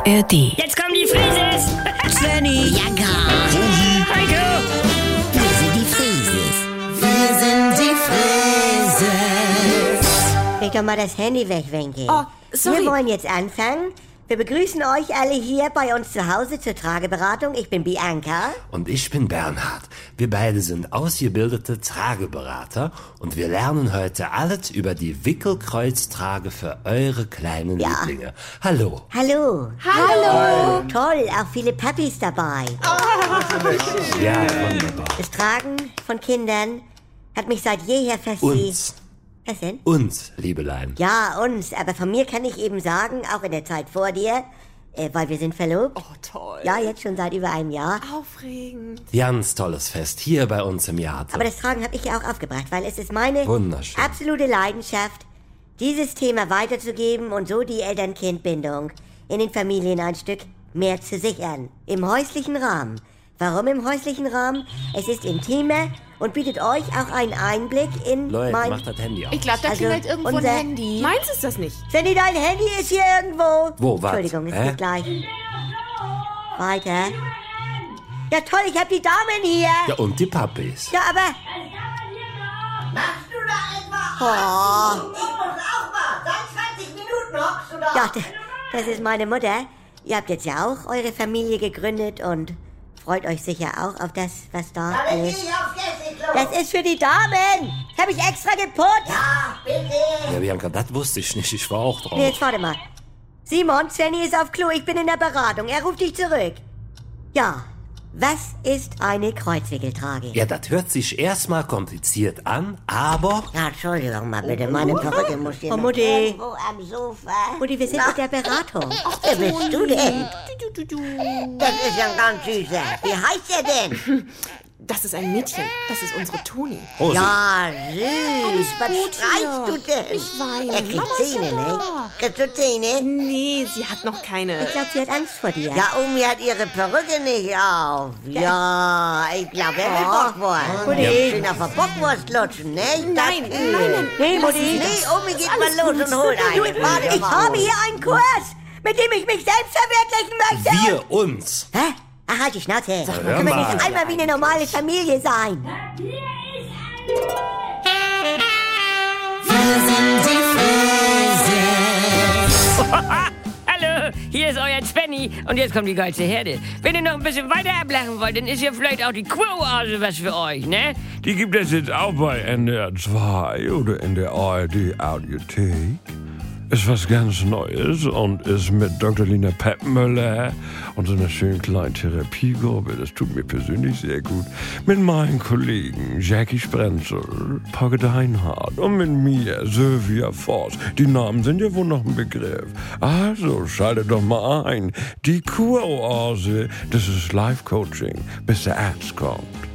ARD. Jetzt kommen die Frises! Svenny! Ja, gar. Heiko! Wir sind die Frieses. Wir sind die Frieses. Leg doch mal das Handy weg, Wenke. Oh, sorry. Wir wollen jetzt anfangen. Wir begrüßen euch alle hier bei uns zu Hause zur Trageberatung. Ich bin Bianca. Und ich bin Bernhard. Wir beide sind ausgebildete Trageberater und wir lernen heute alles über die Wickelkreuztrage für eure kleinen Lieblinge. Hallo. Hallo. Hallo. Toll, auch viele Puppies dabei. Ja, wunderbar. Das Tragen von Kindern hat mich seit jeher fasziniert. Uns. Was denn? Uns, Liebelein. Ja, uns. Aber von mir kann ich eben sagen, auch in der Zeit vor dir, weil wir sind verlobt. Oh, toll. Ja, jetzt schon seit über einem Jahr. Aufregend. Ganz tolles Fest hier bei uns im Theater. Aber das Tragen habe ich ja auch aufgebracht, weil es ist meine Wunderschön. absolute Leidenschaft, dieses Thema weiterzugeben und so die Eltern-Kind-Bindung in den Familien ein Stück mehr zu sichern. Im häuslichen Rahmen. Warum im häuslichen Rahmen? Es ist intimer und bietet euch auch einen Einblick in Leute, mein... macht das Handy aus. Ich glaube, da Also, klingelt irgendwo ein unser- Handy. Meins ist das nicht. Sandy, dein Handy ist hier irgendwo. Wo, was? Entschuldigung, es Hä? geht gleich. Weiter. Ja toll, ich hab die Damen hier. Ja, und die Puppies. Ja, aber... Machst du da etwa? Oh. Ich muss auch mal. Seit 20 Minuten hockst du da. Ja, das ist meine Mutter. Ihr habt jetzt ja auch eure Familie gegründet und freut euch sicher auch auf das, was da Dann geh ist. ich aufs Gästeklo. Das ist für die Damen. Das habe ich extra geputzt. Ja, bitte. Ja, Bianca, das wusste ich nicht. Ich war auch drauf. Nee, jetzt warte mal. Simon, Svenny ist auf Klo. Ich bin in der Beratung. Er ruft dich zurück. Ja, was ist eine Kreuzwickeltrage? Ja, das hört sich erstmal kompliziert an, aber... Ja, Entschuldigung mal bitte. Meine Perücke muss hier Oh, noch Mutti. irgendwo Am Sofa. Mutti, wir sind mit der Beratung. Wer bist du denn? Du. Das ist ja ein ganz süßer. Wie heißt er denn? Das ist ein Mädchen. Das ist unsere Toni. Oh, Ja, süß. Was gut streichst hier. du denn? Ich weiß. Er kriegt Mama ist Zähne, ja ne? da. Kriegst du Zähne? Nee, sie hat noch keine. Ich glaube, sie hat Angst vor dir. Ja, Omi hat ihre Perücke nicht auf. Ja, ich glaube, er will Bockwurst. Mutti. Schön auf der Bockwurst lutschen, ne? Nein. Nee, Mutti. Nee, Omi, geht mal los und hol eine. Warte Ich mal. habe hier einen Kurs, mit dem ich mich selbst verwirklichen möchte. wir uns. Hä? Ach, halt die Schnauze. hör Können wir nicht mal. einmal wie eine normale Familie sein? Hallo, hier ist euer Svenny und jetzt kommt die geilste Herde. Wenn ihr noch ein bisschen weiter ablachen wollt, dann ist hier vielleicht auch die Quo-Oase was für euch, ne? Die gibt es jetzt auch bei NDR 2 oder in der ARD Audiothek. Ist was ganz Neues und ist mit Dr. Lina Peppmüller und so einer schönen kleinen Therapiegruppe, das tut mir persönlich sehr gut, mit meinen Kollegen Jackie Sprenzel, Pogge Deinhardt und mit mir, Sylvia Voss. Die Namen sind ja wohl noch ein Begriff. Also schaltet doch mal ein. Die Kuroase, das ist Life-Coaching, bis der Arzt kommt.